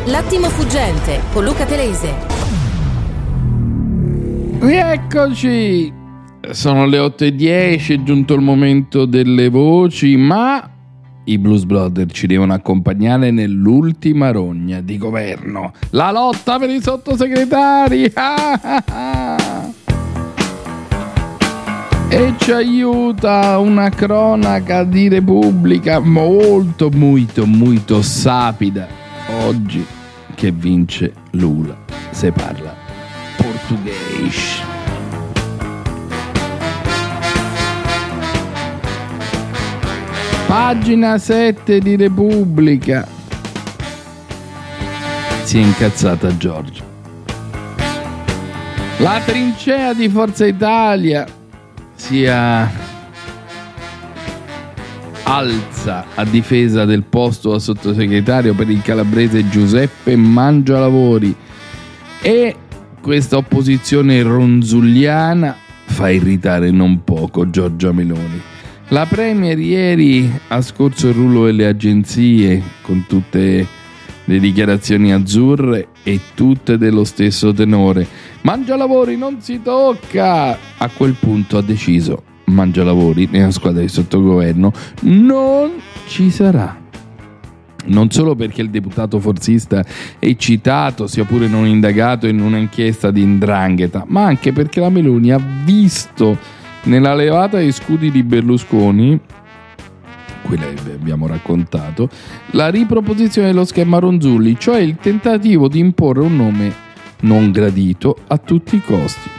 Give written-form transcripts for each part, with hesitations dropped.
L'attimo fuggente con Luca Telese. Rieccoci! Sono le 8:10, è giunto il momento delle voci, ma i Blues Brothers ci devono accompagnare nell'ultima rogna di governo. La lotta per i sottosegretari! E ci aiuta una cronaca di Repubblica molto sapida. Oggi che vince Lula, se parla portoghese. Pagina 7 di Repubblica. Si è incazzata Giorgia. La trincea di Forza Italia alza a difesa del posto a sottosegretario per il calabrese Giuseppe Mangialavori, e questa opposizione ronzulliana fa irritare non poco Giorgia Meloni. La Premier ieri ha scorso il rullo delle agenzie con tutte le dichiarazioni azzurre e tutte dello stesso tenore. Mangialavori non si tocca! A quel punto ha deciso: Mangialavori nella squadra di sottogoverno non ci sarà. Non solo perché il deputato forzista è citato, sia pure non indagato, in un'inchiesta di 'ndrangheta, ma anche perché la Meloni ha visto nella levata dei scudi di Berlusconi, quella che vi abbiamo raccontato, la riproposizione dello schema Ronzulli, cioè il tentativo di imporre un nome non gradito a tutti i costi.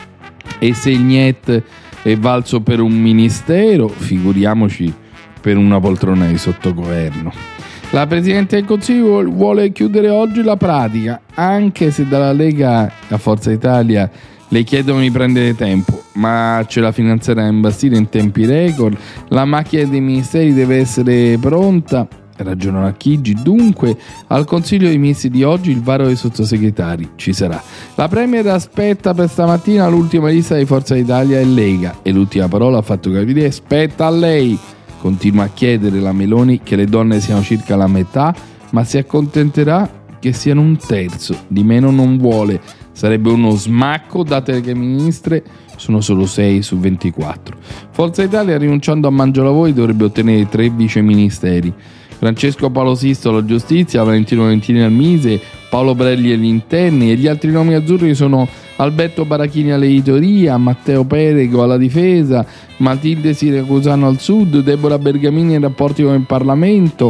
E se il niet è valso per un ministero, figuriamoci per una poltrona di sottogoverno. La Presidente del Consiglio vuole chiudere oggi la pratica, anche se dalla Lega a Forza Italia le chiedono di prendere tempo, ma ce la finanzierà a imbastire in tempi record. La macchina dei ministeri deve essere pronta, ragionò Chigi. Dunque al Consiglio dei Ministri di oggi il varo dei sottosegretari ci sarà. La Premier aspetta per stamattina l'ultima lista di Forza Italia e Lega, e l'ultima parola ha fatto capire spetta a lei. Continua a chiedere la Meloni che le donne siano circa la metà, ma si accontenterà che siano un terzo, di meno non vuole. Sarebbe uno smacco, date che ministre sono solo 6 su 24. Forza Italia, rinunciando a Mangialavori, dovrebbe ottenere 3 viceministeri. Francesco Paolo Sisto alla giustizia, Valentino Valentini al Mise, Paolo Brelli agli interni, e gli altri nomi azzurri sono Alberto Barachini all'editoria, Matteo Perego alla difesa, Matilde Siracusano al sud, Deborah Bergamini ai rapporti con il Parlamento,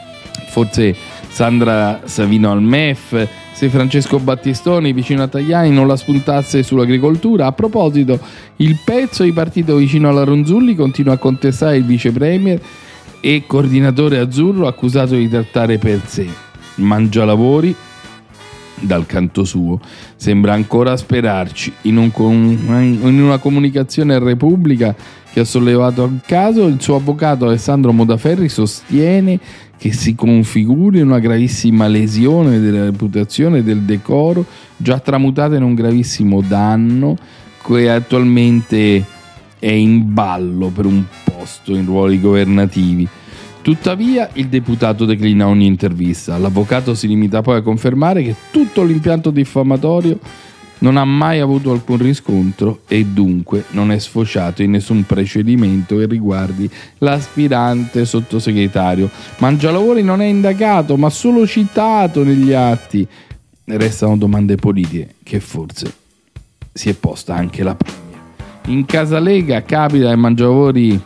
forse Sandra Savino al MEF, se Francesco Battistoni vicino a Tajani non la spuntasse sull'agricoltura. A proposito, il pezzo di partito vicino alla Ronzulli continua a contestare il vice premier e coordinatore azzurro accusato di trattare per sé. Mangialavori, dal canto suo, sembra ancora sperarci. In una comunicazione a Repubblica che ha sollevato il caso, il suo avvocato Alessandro Modaferri sostiene che si configuri una gravissima lesione della reputazione e del decoro, già tramutata in un gravissimo danno che attualmente è in ballo per un posto in ruoli governativi. Tuttavia il deputato declina ogni intervista. L'avvocato si limita poi a confermare che tutto l'impianto diffamatorio non ha mai avuto alcun riscontro e dunque non è sfociato in nessun procedimento che riguardi l'aspirante sottosegretario. Mangialavori non è indagato, ma solo citato negli atti. Restano domande politiche che forse si è posta anche la Premier. In casa Lega capita che Mangialavori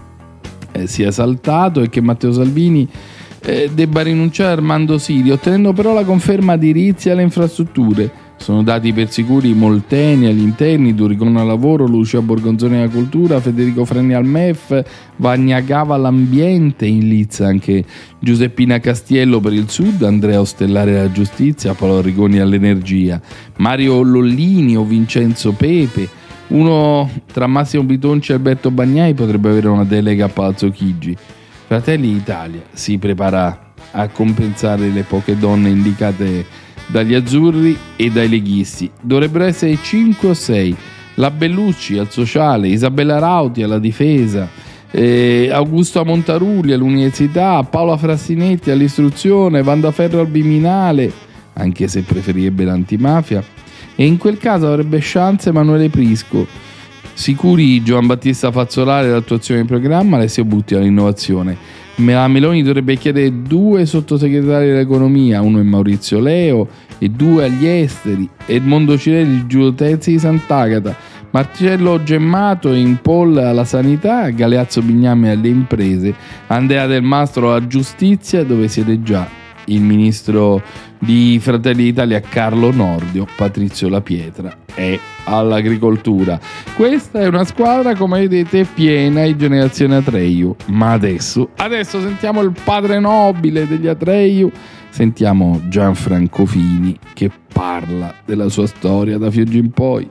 sia saltato e che Matteo Salvini debba rinunciare a Armando Siri, ottenendo però la conferma di Rizzi alle infrastrutture. Sono dati per sicuri Molteni agli interni, Duricon al lavoro, Lucia Borgonzoni alla cultura, Federico Freni al MEF, Vagnagava all'ambiente, in lizza anche Giuseppina Castiello per il sud, Andrea Ostellari alla giustizia, Paolo Rigoni all'energia, Mario Lollini o Vincenzo Pepe. Uno tra Massimo Bitonci e Alberto Bagnai potrebbe avere una delega a Palazzo Chigi. Fratelli d'Italia si prepara a compensare le poche donne indicate dagli azzurri e dai leghisti. Dovrebbero essere 5 o 6. La Bellucci al sociale, Isabella Rauti alla difesa, Augusto Montarulli all'università, Paola Frassinetti all'istruzione, Wanda Ferro al Viminale, anche se preferirebbe l'antimafia, e in quel caso avrebbe chance Emanuele Prisco. Sicuri Giovan Battista Fazzolari all'attuazione del programma, Alessio Butti all'innovazione. La Meloni dovrebbe chiedere 2 sottosegretari dell'economia, uno è Maurizio Leo e 2 agli esteri, Edmondo Cirelli, Giulio Terzi di Sant'Agata, Marcello Gemmato in poll alla sanità, Galeazzo Bignami alle imprese, Andrea Del Mastro alla giustizia, dove siede già il ministro di Fratelli d'Italia Carlo Nordio, Patrizio La Pietra è all'agricoltura. Questa è una squadra, come vedete, piena di generazione Atreyu. Ma adesso sentiamo il padre nobile degli Atreyu, sentiamo Gianfranco Fini che parla della sua storia da Fiuggi in poi.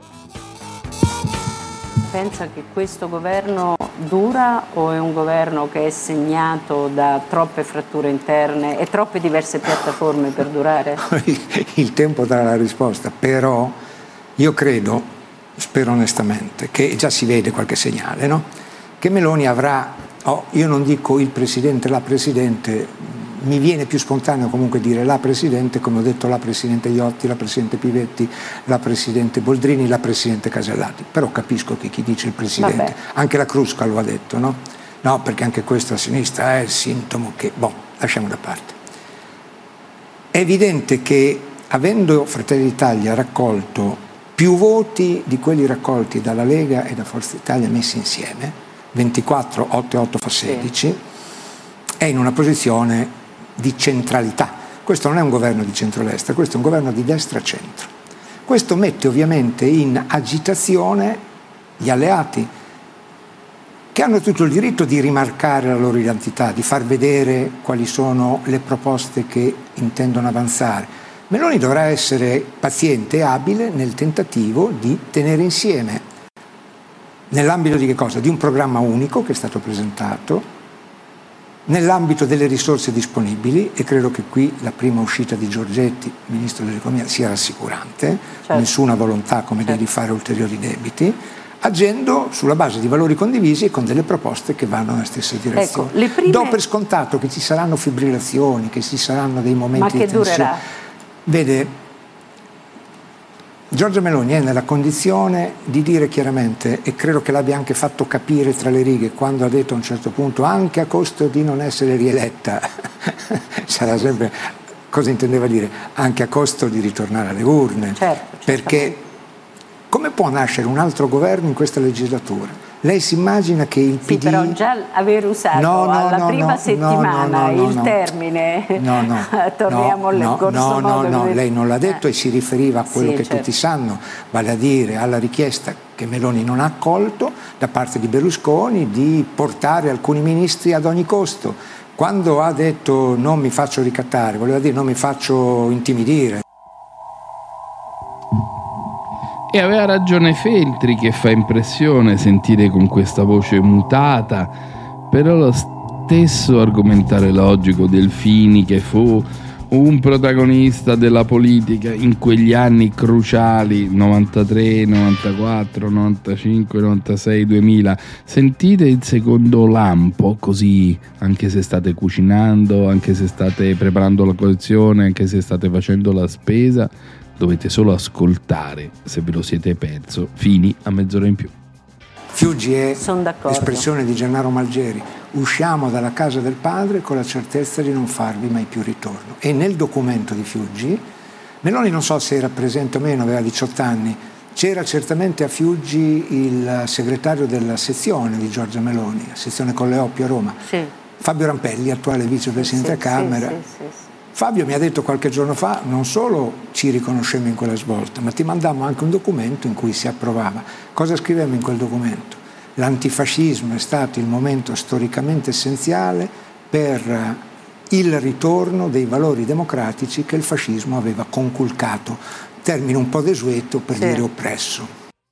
Pensa che questo governo dura o è un governo che è segnato da troppe fratture interne e troppe diverse piattaforme per durare? Il tempo darà la risposta, però io credo, spero onestamente, che già si vede qualche segnale, no? Che Meloni avrà, io non dico il Presidente, la Presidente, mi viene più spontaneo comunque dire la Presidente, come ho detto la Presidente Iotti, la Presidente Pivetti, la Presidente Boldrini, la Presidente Casellati, però capisco che chi dice il Presidente, anche la Crusca lo ha detto, no? No, perché anche questo a sinistra è il sintomo che, lasciamo da parte. È evidente che avendo Fratelli d'Italia raccolto più voti di quelli raccolti dalla Lega e da Forza Italia messi insieme, 24, 8 e 8 fa 16, è in una posizione di centralità. Questo non è un governo di centrodestra, questo è un governo di destra-centro. Questo mette ovviamente in agitazione gli alleati, che hanno tutto il diritto di rimarcare la loro identità, di far vedere quali sono le proposte che intendono avanzare. Meloni dovrà essere paziente e abile nel tentativo di tenere insieme, nell'ambito di che cosa? Di un programma unico che è stato presentato, nell'ambito delle risorse disponibili, e credo che qui la prima uscita di Giorgetti, Ministro dell'Economia, sia rassicurante, nessuna volontà di fare ulteriori debiti, agendo sulla base di valori condivisi e con delle proposte che vanno nella stessa direzione. Do per scontato che ci saranno fibrillazioni, che ci saranno dei momenti di tensione. Durerà? Vede, Giorgia Meloni è nella condizione di dire chiaramente, e credo che l'abbia anche fatto capire tra le righe quando ha detto a un certo punto, anche a costo di non essere rieletta, sarà sempre, cosa intendeva dire? Anche a costo di ritornare alle urne, perché come può nascere un altro governo in questa legislatura? Lei si immagina che il PD... Sì, però già aver usato alla prima settimana il termine torniamo al corso modo. No, lei non l'ha detto e si riferiva a quello che tutti sanno, vale a dire alla richiesta che Meloni non ha accolto da parte di Berlusconi di portare alcuni ministri ad ogni costo. Quando ha detto non mi faccio ricattare, voleva dire non mi faccio intimidire. E aveva ragione Feltri, che fa impressione sentire con questa voce mutata, però lo stesso argomentare logico del Fini, che fu un protagonista della politica in quegli anni cruciali, 93, 94, 95, 96, 2000. Sentite il secondo lampo, così anche se state cucinando, anche se state preparando la colazione, anche se state facendo la spesa, dovete solo ascoltare, se ve lo siete perso, Fini a mezz'ora in più. Fiuggi è l'espressione di Gennaro Malgeri: usciamo dalla casa del padre con la certezza di non farvi mai più ritorno. E nel documento di Fiuggi, Meloni non so se era presente o meno, aveva 18 anni, c'era certamente a Fiuggi il segretario della sezione di Giorgia Meloni, sezione Colleoppio a Roma, Fabio Rampelli, attuale vicepresidente della Camera. Fabio mi ha detto qualche giorno fa, non solo ci riconoscemmo in quella svolta, ma ti mandammo anche un documento in cui si approvava. Cosa scrivemmo in quel documento? L'antifascismo è stato il momento storicamente essenziale per il ritorno dei valori democratici che il fascismo aveva conculcato. Termine un po' desueto per dire oppresso.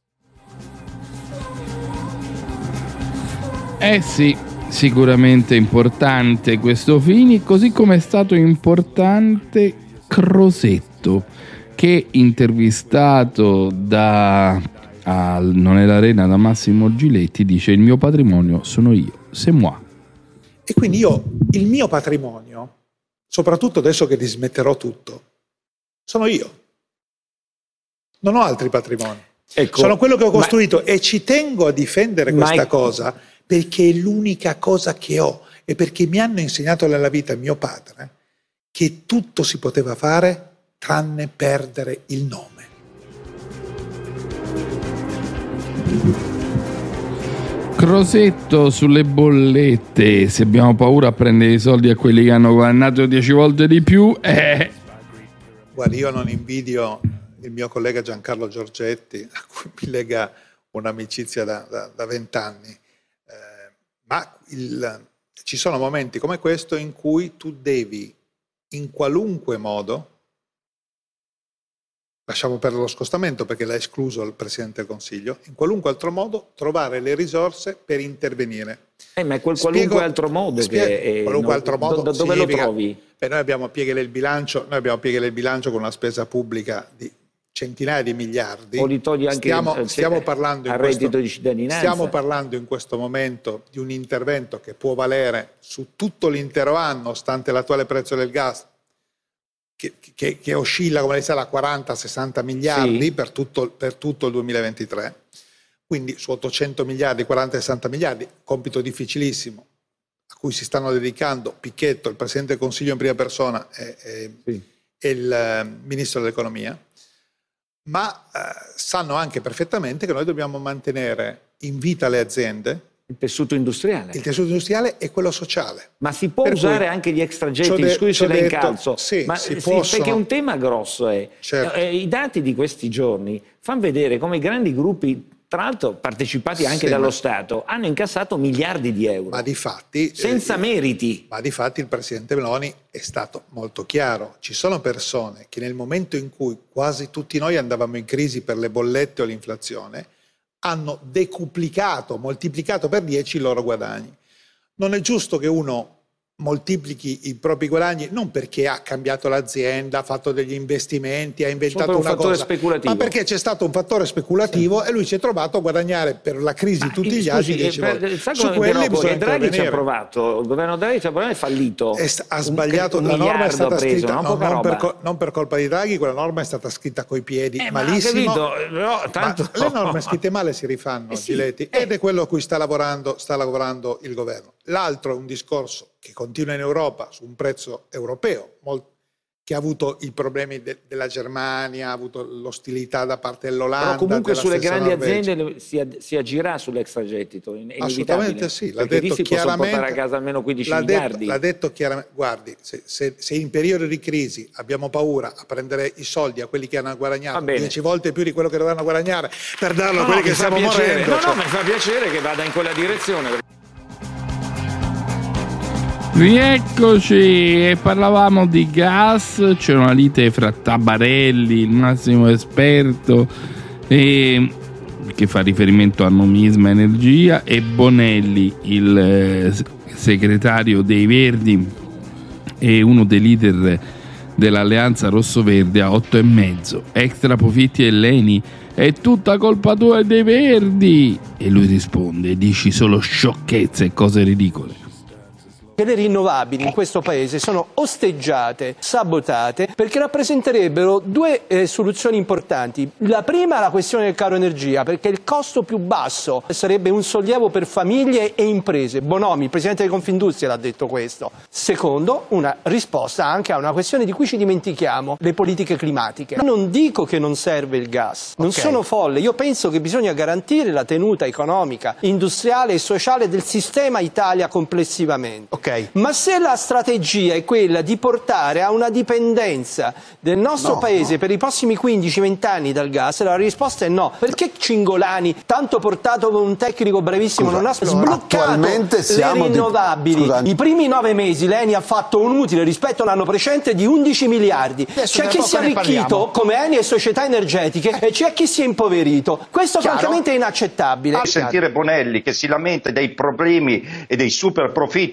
Sì. Sicuramente importante questo Fini, così come è stato importante Crosetto, che intervistato da Non è l'Arena da Massimo Giletti dice: il mio patrimonio sono io. c'est moi. E quindi il mio patrimonio, soprattutto adesso che dismetterò tutto, sono io. Non ho altri patrimoni. Ecco, sono quello che ho costruito e ci tengo a difendere questa cosa perché è l'unica cosa che ho e perché mi hanno insegnato nella vita mio padre che tutto si poteva fare tranne perdere il nome. Crosetto sulle bollette, se abbiamo paura a prendere i soldi a quelli che hanno guadagnato 10 volte di più, Guarda, io non invidio il mio collega Giancarlo Giorgetti, a cui mi lega un'amicizia da 20 anni, ma ci sono momenti come questo in cui tu devi, in qualunque modo, lasciamo perdere lo scostamento perché l'ha escluso il Presidente del Consiglio, in qualunque altro modo trovare le risorse per intervenire. Ma quel qualunque altro modo dove lo trovi? Noi abbiamo pieghe del bilancio con una spesa pubblica di centinaia di miliardi. O li togli anche stiamo parlando al reddito di cittadinanza. Stiamo parlando in questo momento di un intervento che può valere su tutto l'intero anno, stante l'attuale prezzo del gas, che oscilla, come lei sa, da 40-60 miliardi sì, per tutto il 2023. Quindi su 800 miliardi, 40-60 miliardi, compito difficilissimo, a cui si stanno dedicando Picchetto, il Presidente del Consiglio in prima persona e il Ministro dell'Economia, ma sanno anche perfettamente che noi dobbiamo mantenere in vita le aziende. Il tessuto industriale. Il tessuto industriale e quello sociale. Ma si può usare anche gli extragetti, scusi se la incalzo, sì, ma perché un tema grosso è, i dati di questi giorni fanno vedere come i grandi gruppi, tra l'altro partecipati anche dallo Stato, hanno incassato miliardi di euro. Ma di fatti, senza meriti. Ma di fatti il Presidente Meloni è stato molto chiaro. Ci sono persone che nel momento in cui quasi tutti noi andavamo in crisi per le bollette o l'inflazione, hanno decuplicato, moltiplicato per 10 i loro guadagni. Non è giusto che uno moltiplichi i propri guadagni non perché ha cambiato l'azienda, ha fatto degli investimenti, ha inventato una cosa, ma perché c'è stato un fattore speculativo e lui si è trovato a guadagnare per la crisi tutti gli altri 10 volte. Su quelli bisogna Draghi ci ha provato, il governo Draghi ci ha provato, è fallito. Ha sbagliato, la norma è stata scritta non per colpa di Draghi, quella norma è stata scritta coi piedi malissimo. Le norme scritte male si rifanno, Giletti, ed è quello a cui sta lavorando il governo. L'altro è un discorso che continua in Europa su un prezzo europeo, che ha avuto i problemi della Germania, ha avuto l'ostilità da parte dell'Olanda. Però comunque sulle grandi aziende si agirà sull'extragettito, assolutamente sì, l'ha detto si chiaramente. Possono portare a casa almeno 15 miliardi. L'ha detto chiaramente, guardi, se in periodo di crisi abbiamo paura a prendere i soldi a quelli che hanno guadagnato 10 volte più di quello che dovevano guadagnare per darlo a quelli che stiamo morendo. No, mi fa piacere che vada in quella direzione. Rieccoci, e parlavamo di gas. C'è una lite fra Tabarelli, il massimo esperto, che fa riferimento a Nomisma Energia, e Bonelli, il segretario dei Verdi e uno dei leader dell'alleanza rosso-verde, a 8,5. Extra profitti e Leni, è tutta colpa tua e dei Verdi. E lui risponde: dici solo sciocchezze e cose ridicole. Le rinnovabili in questo paese sono osteggiate, sabotate, perché rappresenterebbero due soluzioni importanti. La prima è la questione del caro energia, perché il costo più basso sarebbe un sollievo per famiglie e imprese. Bonomi, il presidente di Confindustria, l'ha detto questo. Secondo, una risposta anche a una questione di cui ci dimentichiamo, le politiche climatiche. Non dico che non serve il gas, non sono folle, io penso che bisogna garantire la tenuta economica, industriale e sociale del sistema Italia complessivamente. Ma se la strategia è quella di portare a una dipendenza del nostro paese per i prossimi 15-20 anni dal gas, la risposta è no. Perché Cingolani, tanto portato con un tecnico bravissimo, non ha sbloccato le rinnovabili? I primi 9 mesi l'Eni ha fatto un utile rispetto all'anno precedente di 11 miliardi. C'è chi si è arricchito come Eni e società energetiche e c'è chi si è impoverito. Questo francamente è inaccettabile. Sentire Bonelli che si lamenta dei problemi e dei super profitti quando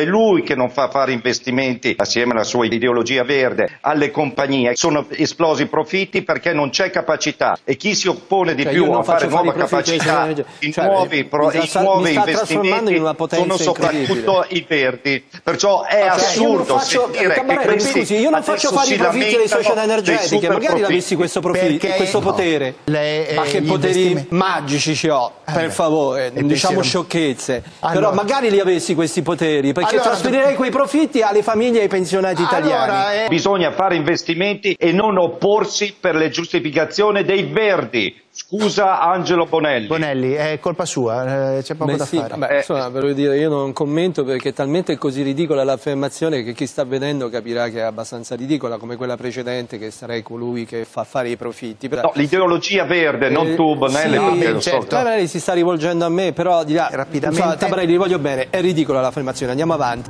è lui che non fa fare investimenti assieme alla sua ideologia verde alle compagnie. Sono esplosi i profitti perché non c'è capacità, e chi si oppone di più a fare nuova capacità in nuovi investimenti sono soprattutto i verdi. Perciò è assurdo sentire che questi io non faccio fare i profitti delle società energetiche, magari l'avessi questo potere, ma che poteri magici ci ho, per favore, non diciamo sciocchezze, però magari li avessi questi poteri, perché trasferirei quei profitti alle famiglie e ai pensionati italiani. Bisogna fare investimenti e non opporsi per le giustificazioni dei verdi. Scusa Angelo Bonelli. Bonelli, è colpa sua, c'è poco da fare. Vabbè, insomma, voglio dire, io non commento perché è talmente così ridicola l'affermazione che chi sta vedendo capirà che è abbastanza ridicola, come quella precedente, che sarei colui che fa fare i profitti. Però, no, l'ideologia verde, non tu, Bonelli. Tabarelli si sta rivolgendo a me, però di là, rapidamente. Tabarelli, li voglio bene, è ridicola l'affermazione, andiamo avanti.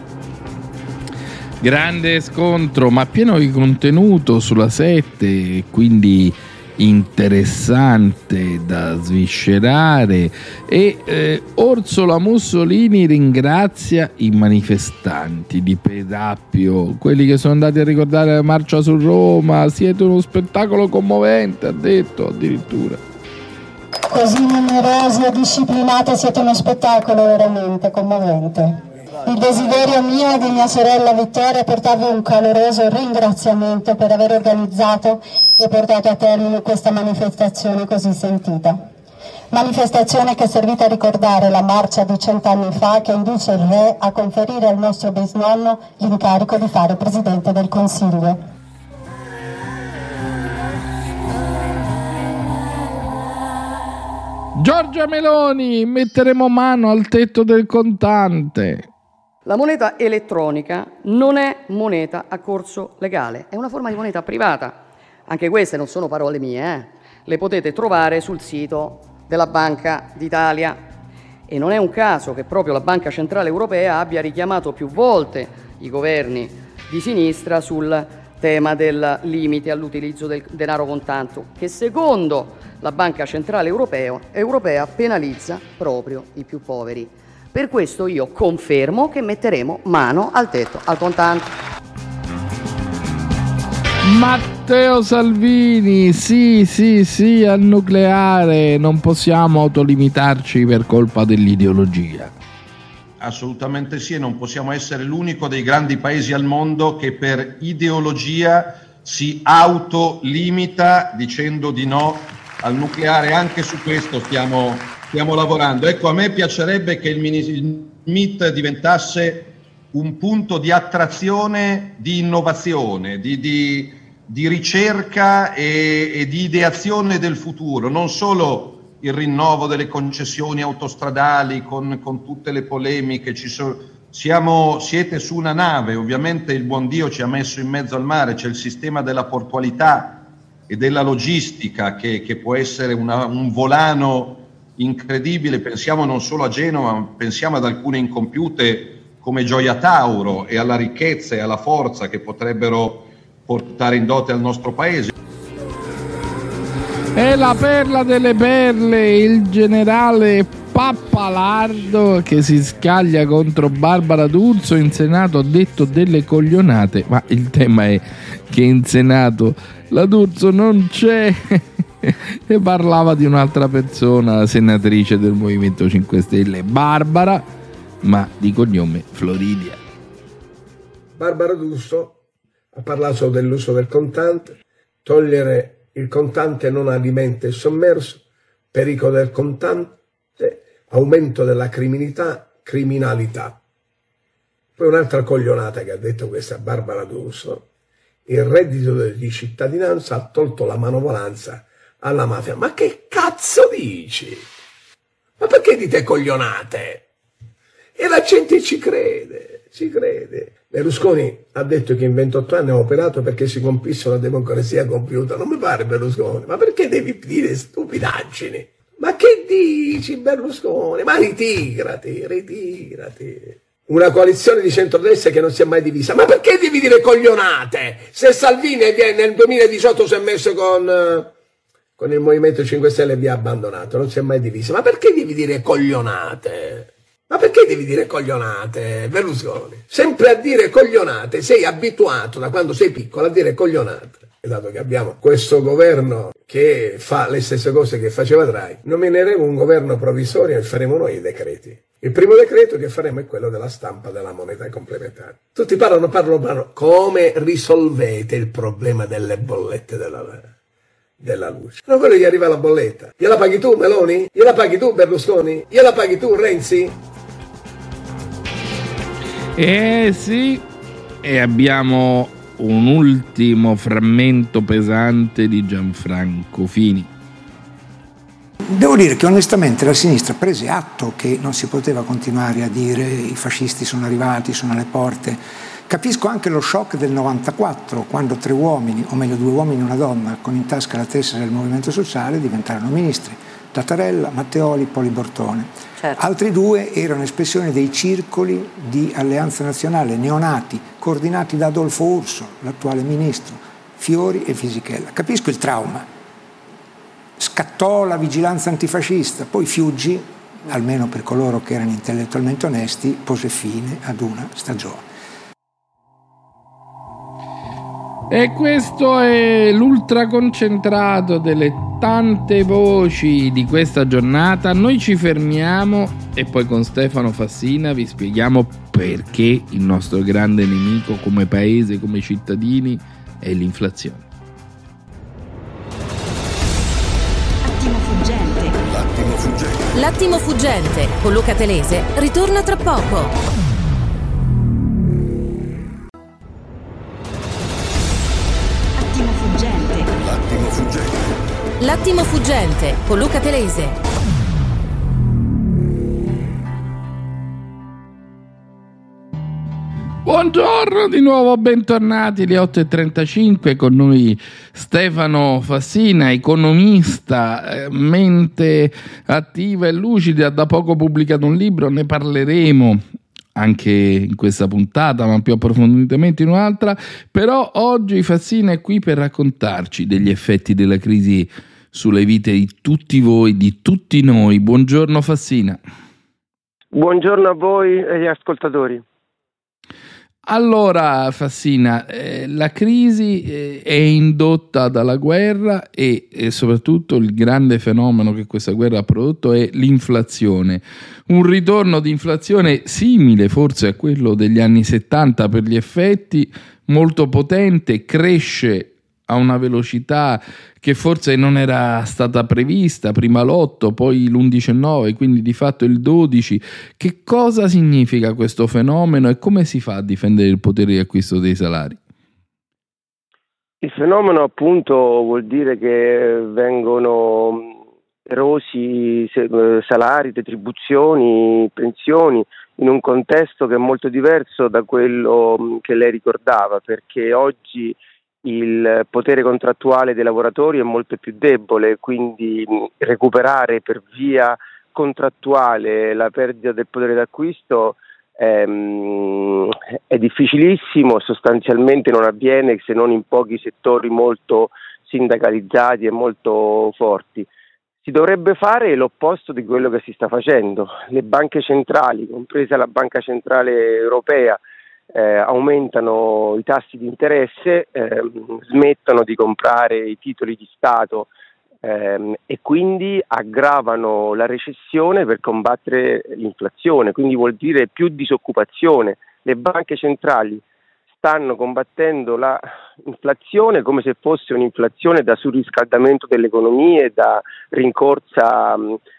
Grande scontro, ma pieno di contenuto sulla 7, quindi interessante da sviscerare. E Orsola Mussolini ringrazia i manifestanti di Pedappio, quelli che sono andati a ricordare la marcia su Roma. Siete uno spettacolo commovente, ha detto addirittura. Così numerosi e disciplinati, siete uno spettacolo veramente commovente. Il desiderio mio e di mia sorella Vittoria è portarvi un caloroso ringraziamento per aver organizzato e portato a termine questa manifestazione così sentita. Manifestazione che è servita a ricordare la marcia di 100 anni fa che induce il re a conferire al nostro bisnonno l'incarico di fare Presidente del Consiglio. Giorgia Meloni, metteremo mano al tetto del contante. La moneta elettronica non è moneta a corso legale, è una forma di moneta privata. Anche queste non sono parole mie, le potete trovare sul sito della Banca d'Italia. E non è un caso che proprio la Banca Centrale Europea abbia richiamato più volte i governi di sinistra sul tema del limite all'utilizzo del denaro contante, che secondo la Banca Centrale Europea penalizza proprio i più poveri. Per questo io confermo che metteremo mano al tetto al contante. Matteo Salvini, sì al nucleare, non possiamo autolimitarci per colpa dell'ideologia. Assolutamente sì, e non possiamo essere l'unico dei grandi paesi al mondo che per ideologia si autolimita dicendo di no al nucleare. Anche su questo stiamo lavorando. Ecco, a me piacerebbe che il MIT diventasse un punto di attrazione, di innovazione, di ricerca e di ideazione del futuro, non solo il rinnovo delle concessioni autostradali con tutte le polemiche. Siete su una nave, ovviamente il buon Dio ci ha messo in mezzo al mare, c'è il sistema della portualità e della logistica che può essere un volano incredibile. Pensiamo non solo a Genova, ma pensiamo ad alcune incompiute come Gioia Tauro e alla ricchezza e alla forza che potrebbero portare in dote al nostro paese. E la perla delle perle, il generale Pappalardo che si scaglia contro Barbara D'Urso. In Senato ha detto delle coglionate, ma il tema è che in Senato la D'Urso non c'è e parlava di un'altra persona, senatrice del Movimento 5 Stelle, Barbara, ma di cognome Floridia. Barbara D'Urso ha parlato dell'uso del contante, togliere il contante non alimenta il sommerso, pericolo del contante, aumento della criminalità. Poi un'altra coglionata che ha detto questa Barbara D'Urso: il reddito di cittadinanza ha tolto la manovalanza alla mafia. Ma che cazzo dici? Ma perché dite coglionate? E la gente ci crede, ci crede. Berlusconi ha detto che in 28 anni ha operato perché si compisse una democrazia compiuta. Non mi pare, Berlusconi, ma perché devi dire stupidaggini? Ma che dici, Berlusconi? Ma ritirati. Una coalizione di centrodestra che non si è mai divisa. Ma perché devi dire coglionate? Se Salvini nel 2018 si è messo con il Movimento 5 Stelle e vi ha abbandonato, non si è mai divisa. Ma perché devi dire coglionate? Ma perché devi dire coglionate, Berlusconi? Sempre a dire coglionate, sei abituato da quando sei piccolo a dire coglionate. E dato che abbiamo questo governo che fa le stesse cose che faceva Draghi, nomineremo un governo provvisorio e faremo noi i decreti. Il primo decreto che faremo è quello della stampa della moneta complementare. Tutti parlano. Come risolvete il problema delle bollette della luce? No, quello gli arriva la bolletta. Gliela paghi tu, Meloni? Gliela paghi tu, Berlusconi? Gliela paghi tu, Renzi? Sì, e abbiamo un ultimo frammento pesante di Gianfranco Fini. Devo dire che onestamente la sinistra prese atto che non si poteva continuare a dire i fascisti sono arrivati, sono alle porte. Capisco anche lo shock del 94, quando 3 uomini, o meglio 2 uomini e una donna, con in tasca la tessera del Movimento Sociale, diventarono ministri. Tattarella, Matteoli, Poli Bortone. Certo. Altri 2 erano espressione dei circoli di Alleanza Nazionale, neonati, coordinati da Adolfo Urso, l'attuale ministro, Fiori e Fisichella. Capisco il trauma. Scattò la vigilanza antifascista, poi Fiuggi, almeno per coloro che erano intellettualmente onesti, pose fine ad una stagione. E questo è l'ultraconcentrato delle tante voci di questa giornata. Noi ci fermiamo e poi con Stefano Fassina vi spieghiamo perché il nostro grande nemico come paese, come cittadini, è l'inflazione. L'attimo fuggente con Luca Telese ritorna tra poco. L'attimo fuggente con Luca Telese. Buongiorno di nuovo, bentornati alle 8:35 con noi Stefano Fassina, economista, mente attiva e lucida, da poco pubblicato un libro, ne parleremo anche in questa puntata ma più approfonditamente in un'altra, però oggi Fassina è qui per raccontarci degli effetti della crisi sulle vite di tutti voi, di tutti noi. Buongiorno Fassina. Buongiorno a voi e agli ascoltatori. Allora Fassina, la crisi è indotta dalla guerra e soprattutto il grande fenomeno che questa guerra ha prodotto è l'inflazione. Un ritorno di inflazione simile forse a quello degli anni 70 per gli effetti, molto potente, cresce a una velocità che forse non era stata prevista, prima l'8, poi l'11,9, quindi di fatto il 12. Che cosa significa questo fenomeno e come si fa a difendere il potere di acquisto dei salari? Il fenomeno appunto vuol dire che vengono erosi salari, retribuzioni, pensioni in un contesto che è molto diverso da quello che lei ricordava, perché oggi il potere contrattuale dei lavoratori è molto più debole, quindi recuperare per via contrattuale la perdita del potere d'acquisto è difficilissimo, sostanzialmente non avviene se non in pochi settori molto sindacalizzati e molto forti. Si dovrebbe fare l'opposto di quello che si sta facendo. Le banche centrali, compresa la Banca Centrale Europea, aumentano i tassi di interesse, smettono di comprare i titoli di Stato e quindi aggravano la recessione per combattere l'inflazione, quindi vuol dire più disoccupazione. Le banche centrali stanno combattendo l'inflazione come se fosse un'inflazione da surriscaldamento delle economie, da rincorsa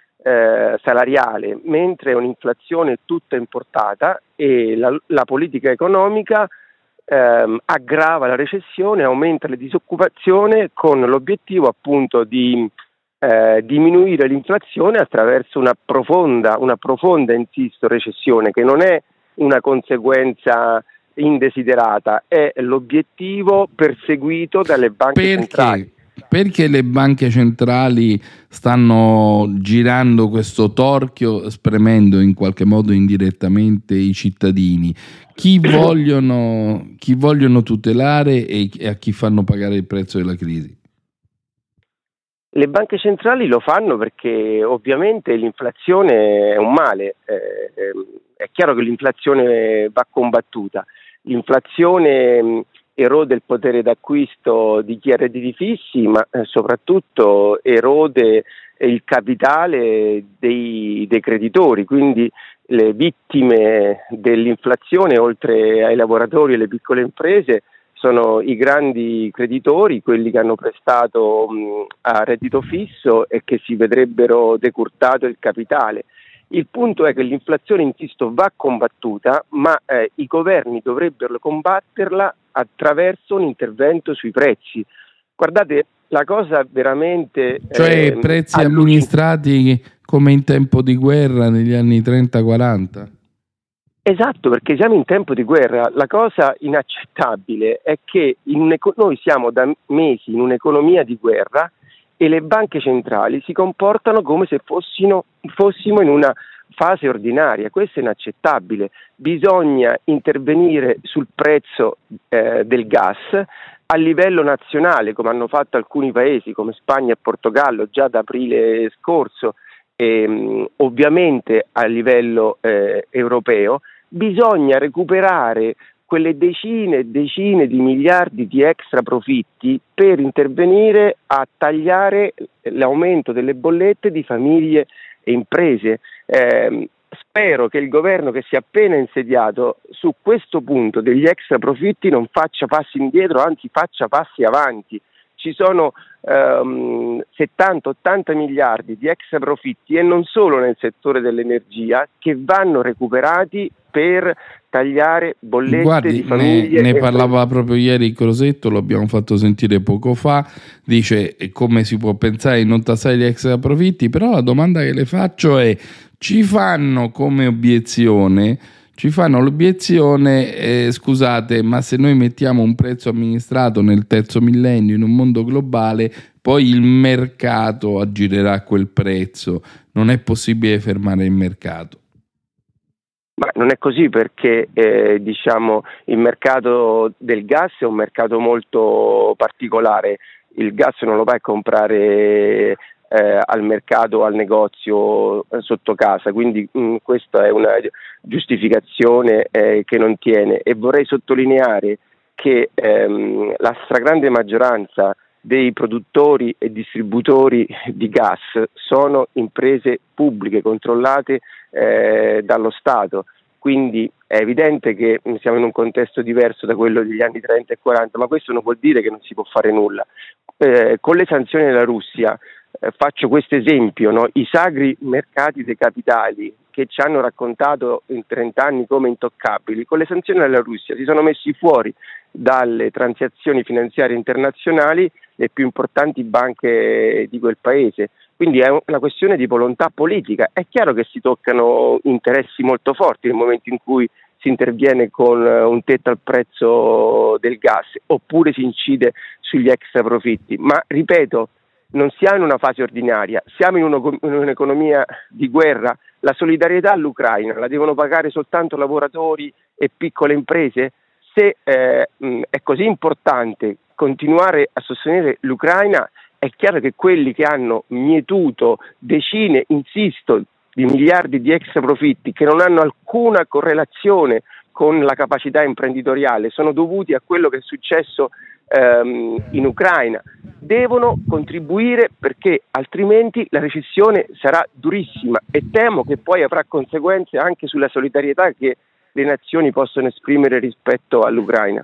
salariale, mentre è un'inflazione tutta importata e la politica economica aggrava la recessione, aumenta la disoccupazione con l'obiettivo appunto di diminuire l'inflazione attraverso una profonda, insisto, recessione, che non è una conseguenza indesiderata, è l'obiettivo perseguito dalle banche centrali. Perché le banche centrali stanno girando questo torchio, spremendo in qualche modo indirettamente i cittadini? Chi vogliono tutelare e a chi fanno pagare il prezzo della crisi? Le banche centrali lo fanno perché ovviamente l'inflazione è un male, è chiaro che l'inflazione va combattuta, l'inflazione erode il potere d'acquisto di chi ha redditi fissi, ma soprattutto erode il capitale dei creditori, quindi le vittime dell'inflazione, oltre ai lavoratori e alle piccole imprese, sono i grandi creditori, quelli che hanno prestato a reddito fisso e che si vedrebbero decurtato il capitale. Il punto è che l'inflazione, insisto, va combattuta, ma i governi dovrebbero combatterla attraverso un intervento sui prezzi. Guardate, la cosa veramente... Cioè prezzi amministrati come in tempo di guerra negli anni 30-40? Esatto, perché siamo in tempo di guerra. La cosa inaccettabile è che noi siamo da mesi in un'economia di guerra e le banche centrali si comportano come se fossimo in una fase ordinaria. Questo è inaccettabile. Bisogna intervenire sul prezzo del gas a livello nazionale, come hanno fatto alcuni paesi come Spagna e Portogallo già da aprile scorso, e ovviamente a livello europeo. Bisogna recuperare quelle decine e decine di miliardi di extra profitti per intervenire a tagliare l'aumento delle bollette di famiglie e imprese. Spero che il governo che si è appena insediato su questo punto degli extra profitti non faccia passi indietro, anzi faccia passi avanti. Ci sono 70-80 miliardi di extra profitti e non solo nel settore dell'energia che vanno recuperati per tagliare bollette di famiglie. Ne parlava proprio ieri Crosetto, lo abbiamo fatto sentire poco fa, dice come si può pensare di non tassare gli extra profitti, però la domanda che le faccio è: ci fanno l'obiezione, scusate, ma se noi mettiamo un prezzo amministrato nel terzo millennio in un mondo globale, poi il mercato aggirerà a quel prezzo, non è possibile fermare il mercato. Ma non è così, perché il mercato del gas è un mercato molto particolare. Il gas non lo vai a comprare al mercato, al negozio sotto casa, quindi questa è una giustificazione che non tiene. E vorrei sottolineare che la stragrande maggioranza dei produttori e distributori di gas sono imprese pubbliche controllate dallo Stato, quindi è evidente che siamo in un contesto diverso da quello degli anni 30 e 40, ma questo non vuol dire che non si può fare nulla. Con le sanzioni della Russia, faccio questo esempio, no? I sacri mercati dei capitali che ci hanno raccontato in 30 anni come intoccabili, con le sanzioni della Russia si sono messi fuori dalle transazioni finanziarie internazionali le più importanti banche di quel paese. Quindi è una questione di volontà politica. È chiaro che si toccano interessi molto forti nel momento in cui si interviene con un tetto al prezzo del gas oppure si incide sugli extra profitti, ma ripeto, non siamo in una fase ordinaria, siamo in un'economia di guerra. La solidarietà all'Ucraina la devono pagare soltanto lavoratori e piccole imprese? Se è così importante continuare a sostenere l'Ucraina, è chiaro che quelli che hanno mietuto decine, insisto, di miliardi di extra profitti che non hanno alcuna correlazione con la capacità imprenditoriale, sono dovuti a quello che è successo in Ucraina, devono contribuire, perché altrimenti la recessione sarà durissima e temo che poi avrà conseguenze anche sulla solidarietà che le nazioni possono esprimere rispetto all'Ucraina.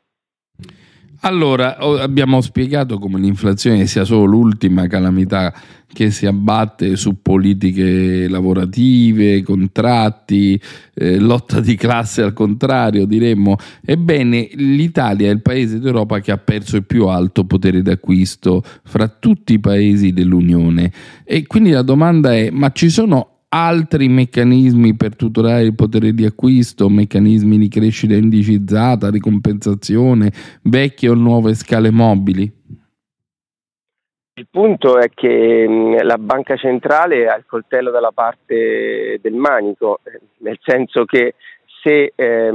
Allora, abbiamo spiegato come l'inflazione sia solo l'ultima calamità che si abbatte su politiche lavorative, contratti, lotta di classe al contrario, diremmo. Ebbene, l'Italia è il paese d'Europa che ha perso il più alto potere d'acquisto fra tutti i paesi dell'Unione. E quindi la domanda è: ma ci sono altri meccanismi per tutelare il potere di acquisto, meccanismi di crescita indicizzata, di compensazione, vecchie o nuove scale mobili? Il punto è che la banca centrale ha il coltello dalla parte del manico, nel senso che se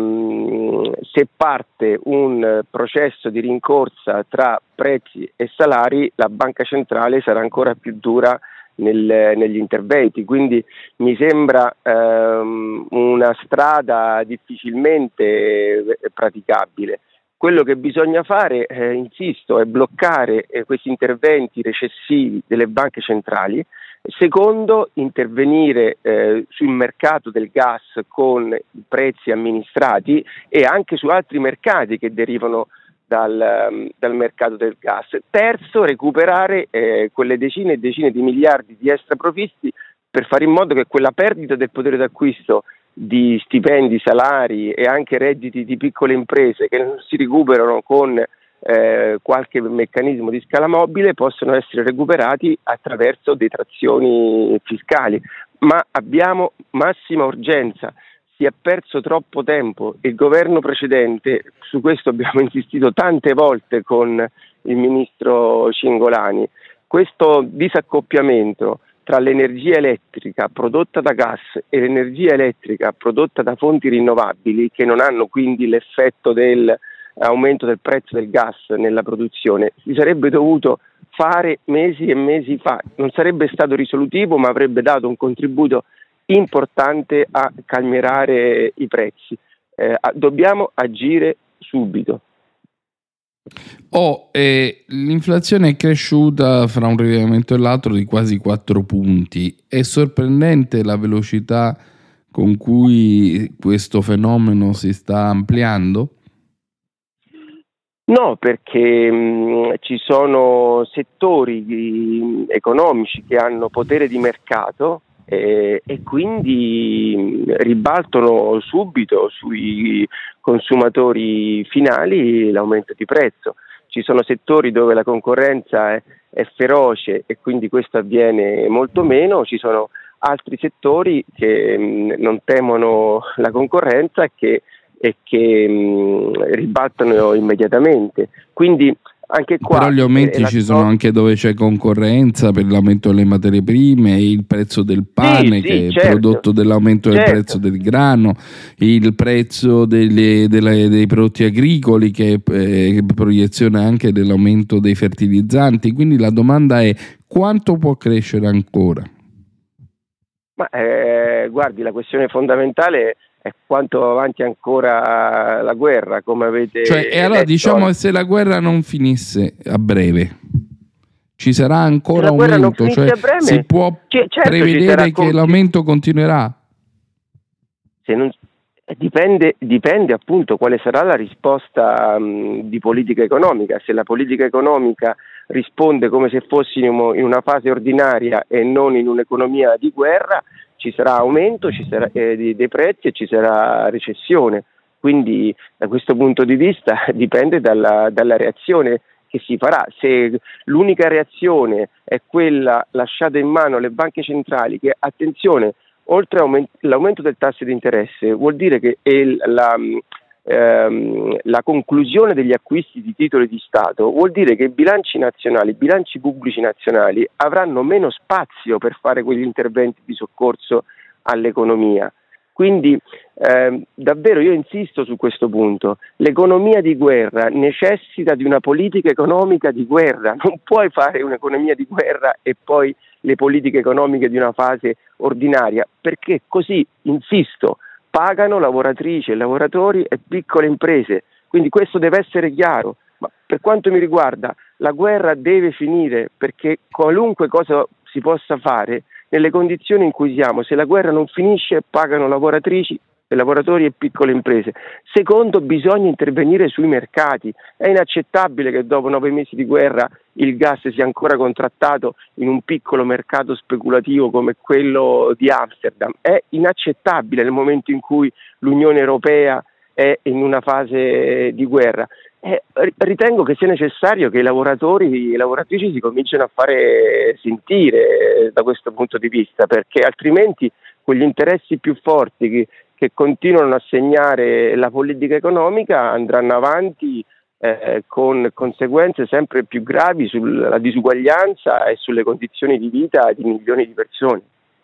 parte un processo di rincorsa tra prezzi e salari, la banca centrale sarà ancora più dura negli interventi, quindi mi sembra una strada difficilmente praticabile. Quello che bisogna fare, insisto, è bloccare questi interventi recessivi delle banche centrali. Secondo, intervenire sul mercato del gas con i prezzi amministrati e anche su altri mercati che derivano dal mercato del gas. Terzo, recuperare quelle decine e decine di miliardi di extraprofitti per fare in modo che quella perdita del potere d'acquisto di stipendi, salari e anche redditi di piccole imprese che non si recuperano con qualche meccanismo di scala mobile possano essere recuperati attraverso detrazioni fiscali. Ma abbiamo massima urgenza. Si è perso troppo tempo. Il governo precedente, su questo abbiamo insistito tante volte con il ministro Cingolani, questo disaccoppiamento tra l'energia elettrica prodotta da gas e l'energia elettrica prodotta da fonti rinnovabili, che non hanno quindi l'effetto dell'aumento del prezzo del gas nella produzione, si sarebbe dovuto fare mesi e mesi fa. Non sarebbe stato risolutivo, ma avrebbe dato un contributo importante a calmierare i prezzi. Dobbiamo agire subito. L'inflazione è cresciuta fra un rilevamento e l'altro di quasi 4 punti. È sorprendente la velocità con cui questo fenomeno si sta ampliando? No, perché ci sono settori economici che hanno potere di mercato e quindi ribaltano subito sui consumatori finali l'aumento di prezzo. Ci sono settori dove la concorrenza è feroce e quindi questo avviene molto meno, ci sono altri settori che non temono la concorrenza e che ribaltano immediatamente. Quindi anche qua, però gli aumenti ci sono anche dove c'è concorrenza per l'aumento delle materie prime, il prezzo del pane che è prodotto dell'aumento del prezzo del grano, il prezzo dei prodotti agricoli che è proiezione anche dell'aumento dei fertilizzanti. Quindi la domanda è: quanto può crescere ancora? Ma guardi, la questione fondamentale è quanto va avanti ancora la guerra, come avete e allora diciamo che se la guerra non finisse a breve ci sarà ancora aumento, cioè si può prevedere che l'aumento continuerà? Dipende appunto quale sarà la risposta di politica economica. Se la politica economica risponde come se fossimo in una fase ordinaria e non in un'economia di guerra, ci sarà aumento dei prezzi e ci sarà recessione. Quindi da questo punto di vista dipende dalla reazione che si farà. Se l'unica reazione è quella lasciata in mano alle banche centrali, che attenzione, oltre all'aumento del tasso di interesse, vuol dire che la conclusione degli acquisti di titoli di Stato vuol dire che i bilanci nazionali, i bilanci pubblici nazionali avranno meno spazio per fare quegli interventi di soccorso all'economia. Quindi davvero io insisto su questo punto: l'economia di guerra necessita di una politica economica di guerra. Non puoi fare un'economia di guerra e poi le politiche economiche di una fase ordinaria, perché così, insisto, pagano lavoratrici e lavoratori e piccole imprese. Quindi questo deve essere chiaro. Ma per quanto mi riguarda, la guerra deve finire, perché qualunque cosa si possa fare, nelle condizioni in cui siamo, se la guerra non finisce, pagano lavoratrici e lavoratori e piccole imprese. Secondo, bisogna intervenire sui mercati. È inaccettabile che dopo 9 mesi di guerra il gas sia ancora contrattato in un piccolo mercato speculativo come quello di Amsterdam. È inaccettabile nel momento in cui l'Unione Europea è in una fase di guerra. Ritengo che sia necessario che i lavoratori e le lavoratrici si cominciano a fare sentire da questo punto di vista, perché altrimenti quegli interessi più forti che continuano a segnare la politica economica andranno avanti con conseguenze sempre più gravi sulla disuguaglianza e sulle condizioni di vita di milioni di persone.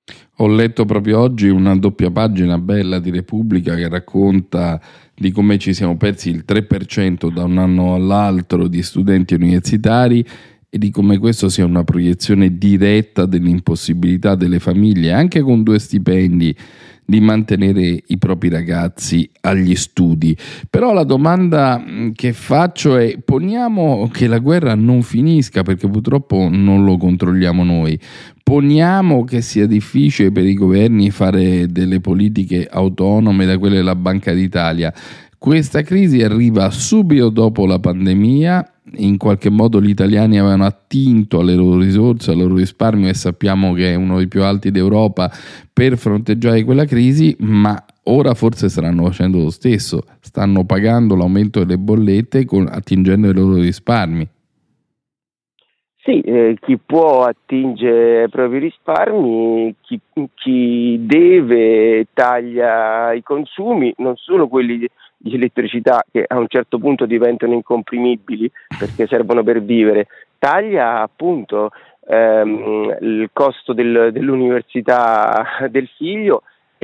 Ho letto proprio oggi una doppia pagina bella di Repubblica che racconta di come ci siamo persi il 3% da un anno all'altro di studenti universitari e di come questo sia una proiezione diretta dell'impossibilità delle famiglie, anche con 2 stipendi, di mantenere i propri ragazzi agli studi. Però la domanda che faccio è: poniamo che la guerra non finisca, perché purtroppo non lo controlliamo noi, poniamo che sia difficile per i governi fare delle politiche autonome da quelle della Banca d'Italia, questa crisi arriva subito dopo la pandemia. In qualche modo gli italiani avevano attinto alle loro risorse, al loro risparmio, e sappiamo che è uno dei più alti d'Europa, per fronteggiare quella crisi, ma ora forse staranno facendo lo stesso, stanno pagando l'aumento delle bollette attingendo ai loro risparmi. Sì, chi può attinge ai propri risparmi, chi deve taglia i consumi, non solo quelli di elettricità che a un certo punto diventano incomprimibili perché servono per vivere, taglia appunto il costo dell'università del figlio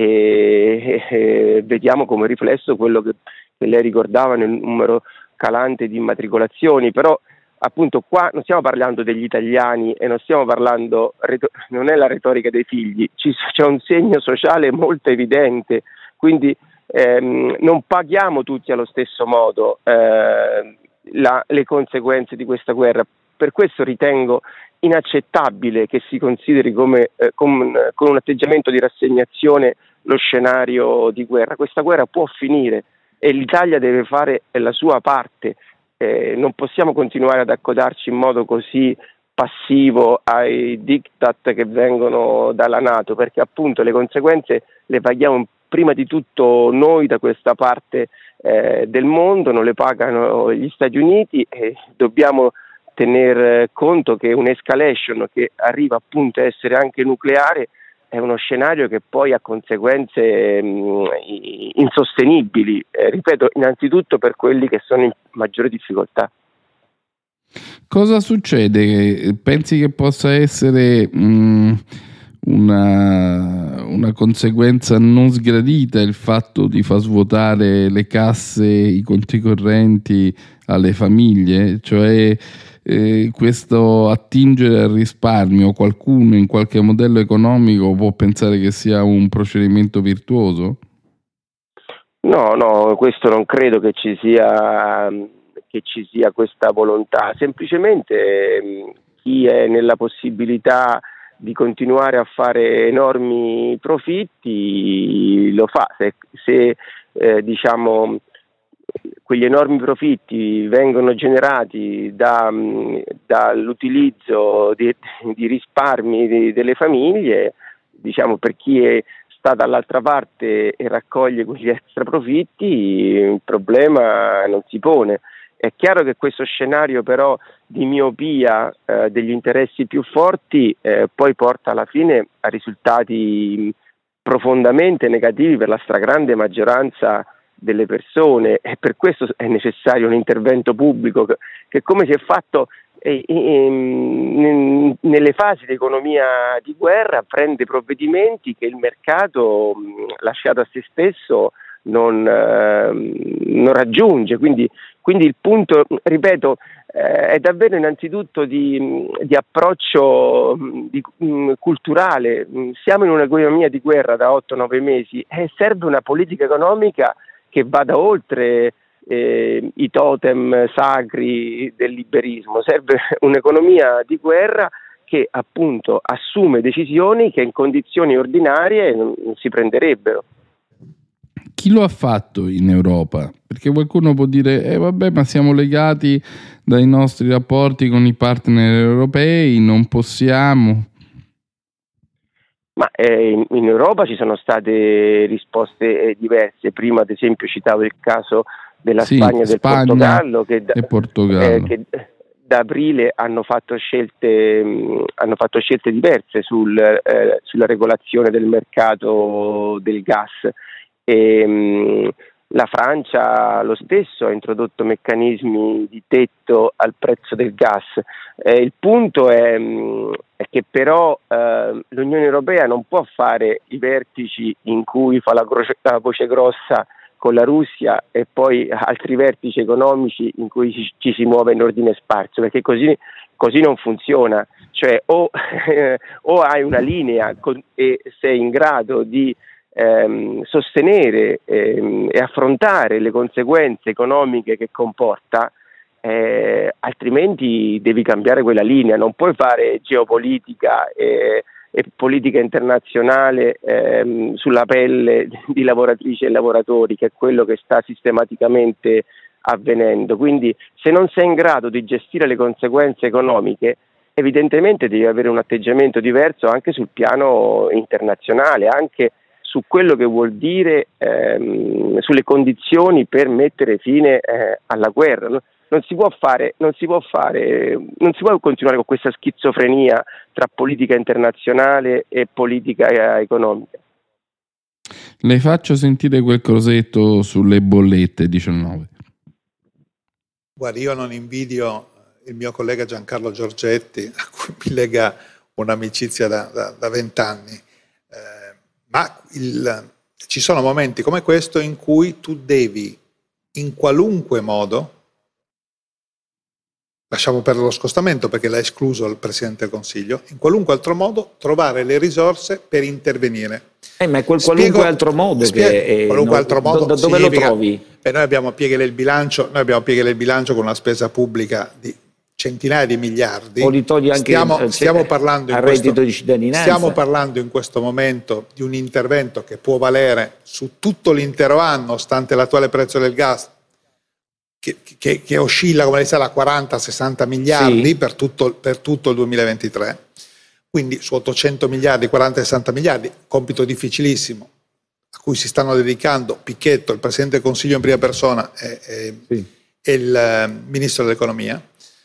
e vediamo come riflesso quello che lei ricordava nel numero calante di immatricolazioni. Però appunto qua non stiamo parlando degli italiani e non stiamo parlando, non è la retorica dei figli, c'è un segno sociale molto evidente, quindi non paghiamo tutti allo stesso modo le conseguenze di questa guerra. Per questo ritengo inaccettabile che si consideri con un atteggiamento di rassegnazione lo scenario di guerra. Questa guerra può finire e l'Italia deve fare la sua parte. Non possiamo continuare ad accodarci in modo così passivo ai diktat che vengono dalla NATO, perché appunto le conseguenze le paghiamo prima di tutto noi da questa parte del mondo, non le pagano gli Stati Uniti, e dobbiamo tener conto che un'escalation che arriva appunto a essere anche nucleare è uno scenario che poi ha conseguenze insostenibili, ripeto, innanzitutto per quelli che sono in maggiore difficoltà. Cosa succede? Pensi che possa essere una conseguenza non sgradita il fatto di far svuotare le casse, i conti correnti alle famiglie? Cioè questo attingere al risparmio, qualcuno in qualche modello economico può pensare che sia un procedimento virtuoso? No, questo non credo che ci sia questa volontà. Semplicemente chi è nella possibilità di continuare a fare enormi profitti lo fa. Se diciamo quegli enormi profitti vengono generati dall'utilizzo di risparmi delle famiglie, diciamo, per chi sta dall'altra parte e raccoglie quegli extra profitti, il problema non si pone. È chiaro che questo scenario però di miopia degli interessi più forti poi porta alla fine a risultati profondamente negativi per la stragrande maggioranza delle persone, e per questo è necessario un intervento pubblico che come si è fatto nelle fasi di economia di guerra, prende provvedimenti che il mercato lasciato a se stesso non raggiunge. Quindi il punto, ripeto, è davvero innanzitutto di approccio culturale. Siamo in un'economia di guerra da 8-9 mesi e serve una politica economica che vada oltre i totem sacri del liberismo. Serve un'economia di guerra che appunto assume decisioni che in condizioni ordinarie non si prenderebbero. Chi lo ha fatto in Europa? Perché qualcuno può dire vabbè, ma siamo legati dai nostri rapporti con i partner europei, non possiamo. Ma in Europa ci sono state risposte diverse. Prima ad esempio citavo il caso della Spagna e del Portogallo che da aprile hanno fatto scelte diverse sulla regolazione del mercato del gas. La Francia lo stesso ha introdotto meccanismi di tetto al prezzo del gas. Il punto è che però l'Unione Europea non può fare i vertici in cui fa la voce grossa con la Russia e poi altri vertici economici in cui ci si muove in ordine sparso, perché così non funziona. Cioè o hai una linea e sei in grado di sostenere e affrontare le conseguenze economiche che comporta, altrimenti devi cambiare quella linea. Non puoi fare geopolitica e politica internazionale sulla pelle di lavoratrici e lavoratori, che è quello che sta sistematicamente avvenendo. Quindi se non sei in grado di gestire le conseguenze economiche, evidentemente devi avere un atteggiamento diverso anche sul piano internazionale, anche su quello che vuol dire sulle condizioni per mettere fine alla guerra. Non si può continuare con questa schizofrenia tra politica internazionale e politica economica. Le faccio sentire quel Crosetto sulle bollette 19. Guardi, io non invidio il mio collega Giancarlo Giorgetti, a cui mi lega un'amicizia da 20 anni. Ma ci sono momenti come questo in cui tu devi, in qualunque modo, lasciamo perdere lo scostamento perché l'ha escluso il Presidente del Consiglio, in qualunque altro modo trovare le risorse per intervenire. Ma è qualunque altro modo dove lo trovi? Noi abbiamo pieghe del bilancio con una spesa pubblica di centinaia di miliardi. O li togli anche stiamo parlando al reddito di cittadinanza. Stiamo parlando in questo momento di un intervento che può valere su tutto l'intero anno, stante l'attuale prezzo del gas, che oscilla, come lei sa, da 40-60 miliardi sì, per tutto il 2023. Quindi su 800 miliardi, 40-60 miliardi, compito difficilissimo, a cui si stanno dedicando Pichetto, il Presidente del Consiglio in prima persona e il Ministro dell'Economia.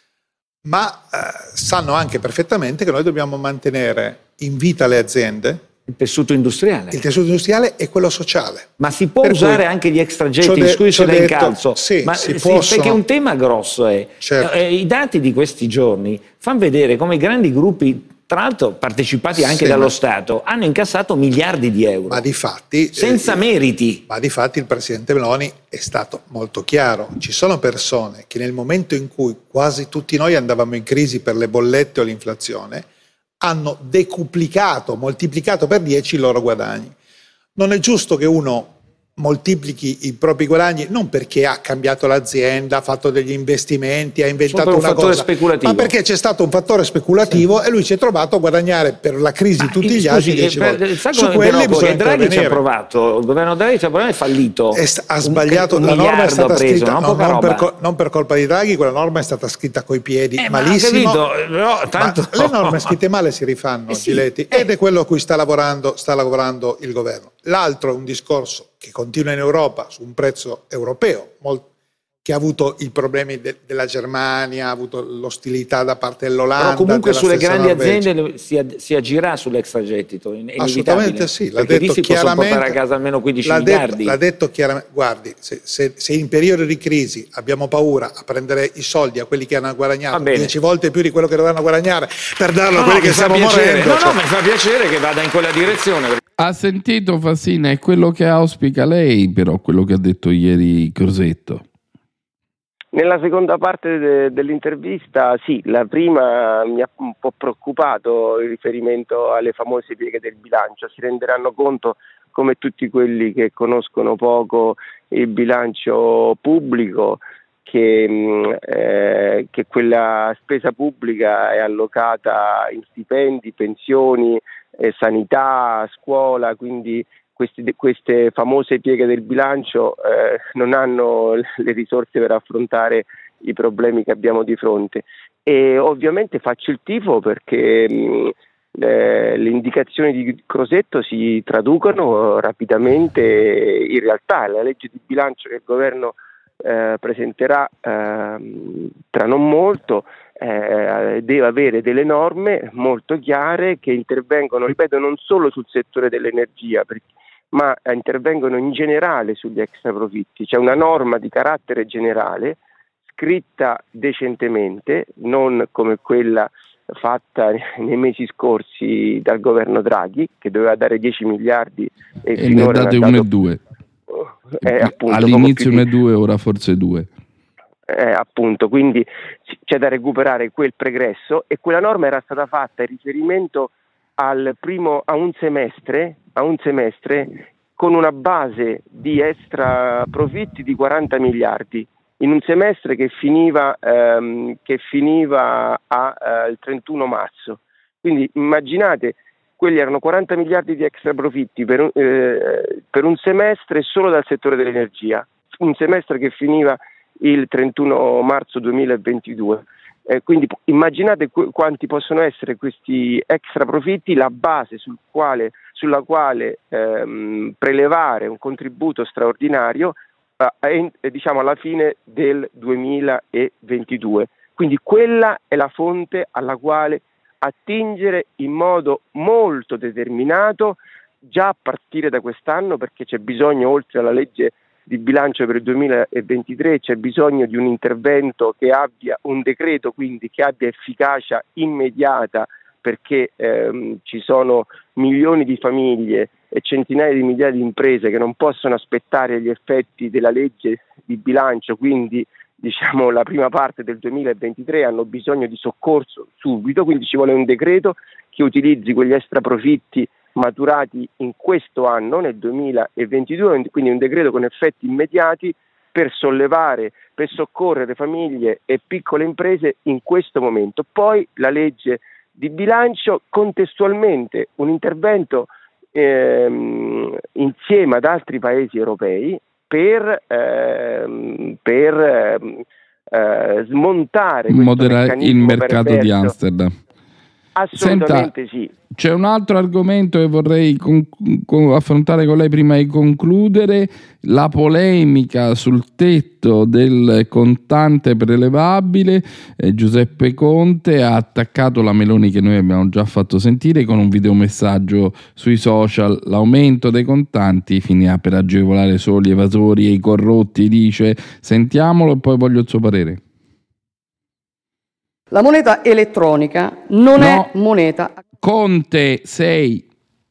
Ma sanno anche perfettamente che noi dobbiamo mantenere in vita le aziende, il tessuto industriale e quello sociale. Ma si può usare anche gli extragetti, scusi se la incalzo, perché un tema grosso è, i dati di questi giorni fanno vedere come i grandi gruppi, tra l'altro partecipati anche dallo Stato, hanno incassato miliardi di euro. Ma di fatti, senza meriti. Ma di fatti il Presidente Meloni è stato molto chiaro. Ci sono persone che nel momento in cui quasi tutti noi andavamo in crisi per le bollette o l'inflazione, hanno decuplicato, moltiplicato per 10 i loro guadagni. Non è giusto che uno moltiplichi i propri guadagni non perché ha cambiato l'azienda, ha fatto degli investimenti, ha inventato una cosa, ma perché c'è stato un fattore speculativo e lui si è trovato a guadagnare per la crisi tutti gli altri 10 volte. Su quelli bisogna Draghi ci ha provato, il governo Draghi ci ha provato, è fallito. Ha sbagliato, la norma è stata scritta non per colpa di Draghi, quella norma è stata scritta coi piedi malissimo. Però, tanto... le norme scritte male si rifanno, Giletti, ed è quello a cui sta lavorando il governo. L'altro è un discorso che continua in Europa su un prezzo europeo, che ha avuto i problemi della Germania, ha avuto l'ostilità da parte dell'Olanda. Però comunque sulle grandi aziende si agirà sull'extragettito, assolutamente sì, l'ha detto chiaramente. Si possono portare a casa almeno 15 miliardi. L'ha detto chiaramente, guardi, se in periodo di crisi abbiamo paura a prendere i soldi a quelli che hanno guadagnato 10 volte più di quello che dovevano guadagnare per darlo a quelli che stanno morendo. No, mi fa piacere che vada in quella direzione. Ha sentito, Fassina, è quello che auspica lei, però, quello che ha detto ieri Crosetto. Nella seconda parte dell'intervista, sì, la prima mi ha un po' preoccupato il riferimento alle famose pieghe del bilancio. Si renderanno conto, come tutti quelli che conoscono poco il bilancio pubblico, che quella spesa pubblica è allocata in stipendi, pensioni, sanità, scuola, quindi queste famose pieghe del bilancio non hanno le risorse per affrontare i problemi che abbiamo di fronte. E ovviamente faccio il tifo perché le indicazioni di Crosetto si traducono rapidamente in realtà. La legge di bilancio che il governo presenterà tra non molto deve avere delle norme molto chiare che intervengono, ripeto, non solo sul settore dell'energia, ma intervengono in generale sugli extraprofitti. C'è una norma di carattere generale, scritta decentemente, non come quella fatta nei mesi scorsi dal governo Draghi, che doveva dare 10 miliardi e ne ha date 1,2. All'inizio 1,2, ora forse 2. Appunto, quindi c'è da recuperare quel pregresso, e quella norma era stata fatta in riferimento a un semestre con una base di extra profitti di 40 miliardi. In un semestre che finiva il 31 marzo. Quindi immaginate, quelli erano 40 miliardi di extra profitti per un semestre solo dal settore dell'energia, un semestre che finiva il 31 marzo 2022. Quindi immaginate quanti possono essere questi extra profitti, la base sulla quale prelevare un contributo straordinario diciamo alla fine del 2022. Quindi quella è la fonte alla quale attingere in modo molto determinato già a partire da quest'anno, perché c'è bisogno, oltre alla legge di bilancio per il 2023, c'è bisogno di un intervento che abbia un decreto, quindi che abbia efficacia immediata, perché ci sono milioni di famiglie e centinaia di migliaia di imprese che non possono aspettare gli effetti della legge di bilancio, quindi diciamo la prima parte del 2023 hanno bisogno di soccorso subito, quindi ci vuole un decreto che utilizzi quegli extra profitti maturati in questo anno, nel 2022, quindi un decreto con effetti immediati per sollevare, per soccorrere famiglie e piccole imprese in questo momento. Poi la legge di bilancio, contestualmente un intervento insieme ad altri paesi europei per smontare il mercato di Amsterdam. Assolutamente. Senta, sì. C'è un altro argomento che vorrei affrontare con lei prima di concludere: la polemica sul tetto del contante prelevabile. Giuseppe Conte ha attaccato la Meloni, che noi abbiamo già fatto sentire, con un videomessaggio sui social. L'aumento dei contanti finirà per agevolare solo gli evasori e i corrotti, dice. Sentiamolo e poi voglio il suo parere. La moneta elettronica non è moneta. Conte, sei.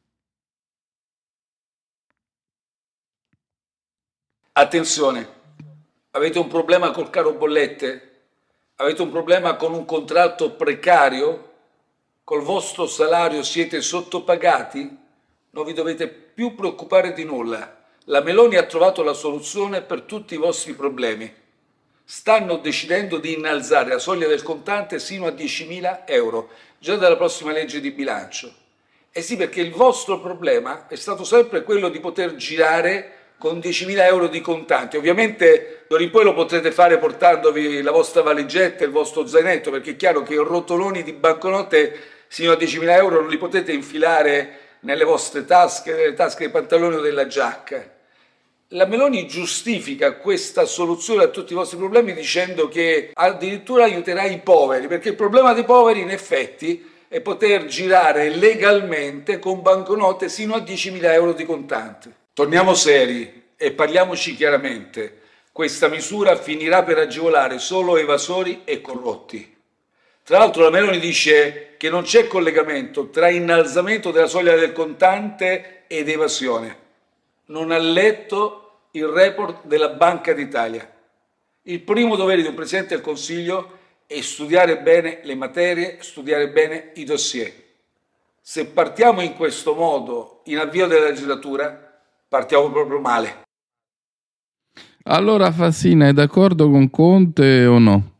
Attenzione, avete un problema col caro bollette? Avete un problema con un contratto precario? Col vostro salario siete sottopagati? Non vi dovete più preoccupare di nulla. La Meloni ha trovato la soluzione per tutti i vostri problemi. Stanno decidendo di innalzare la soglia del contante sino a 10.000 euro, già dalla prossima legge di bilancio. Eh sì, perché il vostro problema è stato sempre quello di poter girare con 10.000 euro di contanti. Ovviamente d'ora in poi lo potrete fare portandovi la vostra valigetta e il vostro zainetto, perché è chiaro che i rotoloni di banconote sino a 10.000 euro non li potete infilare nelle vostre tasche, nelle tasche dei pantaloni o della giacca. La Meloni giustifica questa soluzione a tutti i vostri problemi dicendo che addirittura aiuterà i poveri, perché il problema dei poveri in effetti è poter girare legalmente con banconote sino a 10.000 euro di contanti. Torniamo seri e parliamoci chiaramente. Questa misura finirà per agevolare solo evasori e corrotti. Tra l'altro la Meloni dice che non c'è collegamento tra innalzamento della soglia del contante ed evasione. Non ha letto il report della Banca d'Italia. Il primo dovere di un Presidente del Consiglio è studiare bene le materie, studiare bene i dossier. Se partiamo in questo modo, in avvio della legislatura, partiamo proprio male. Allora Fassina, è d'accordo con Conte o no?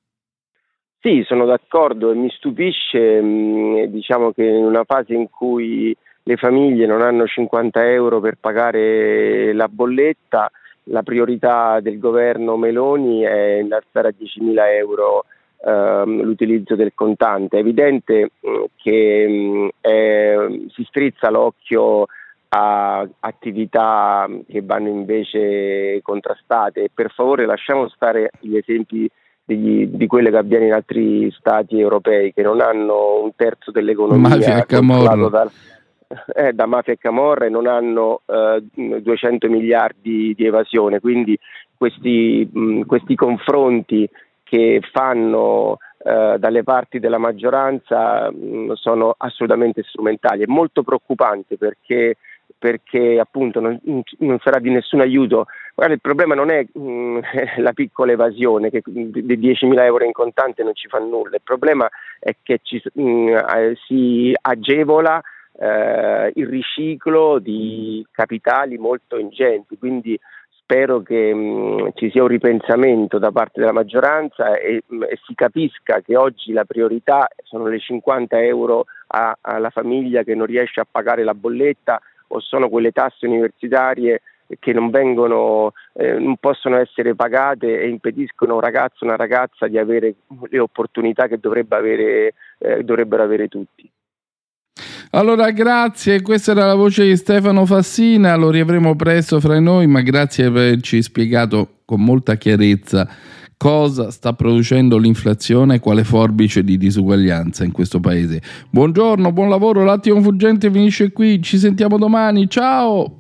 Sì, sono d'accordo e mi stupisce, diciamo che in una fase in cui le famiglie non hanno 50 euro per pagare la bolletta, la priorità del governo Meloni è innalzare a 10.000 euro l'utilizzo del contante. È evidente che si strizza l'occhio a attività che vanno invece contrastate. Per favore lasciamo stare gli esempi di quelle che avviene in altri stati europei che non hanno un terzo dell'economia da mafia e camorra e non hanno 200 miliardi di evasione, quindi questi confronti che fanno dalle parti della maggioranza sono assolutamente strumentali. È molto preoccupante perché appunto non sarà di nessun aiuto. Guarda, il problema non è la piccola evasione, che di 10.000 euro in contante non ci fa nulla, il problema è che si agevola il riciclo di capitali molto ingenti, quindi spero che ci sia un ripensamento da parte della maggioranza e si capisca che oggi la priorità sono le 50 euro alla famiglia che non riesce a pagare la bolletta, o sono quelle tasse universitarie che non possono essere pagate e impediscono a un ragazzo o una ragazza di avere le opportunità che dovrebbero avere tutti. Allora grazie, questa era la voce di Stefano Fassina, lo riavremo presto fra noi, ma grazie per averci spiegato con molta chiarezza cosa sta producendo l'inflazione e quale forbice di disuguaglianza in questo paese. Buongiorno, buon lavoro, l'attimo fuggente finisce qui, ci sentiamo domani, ciao!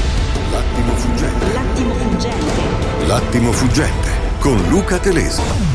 L'attimo fuggente con Luca Telesi.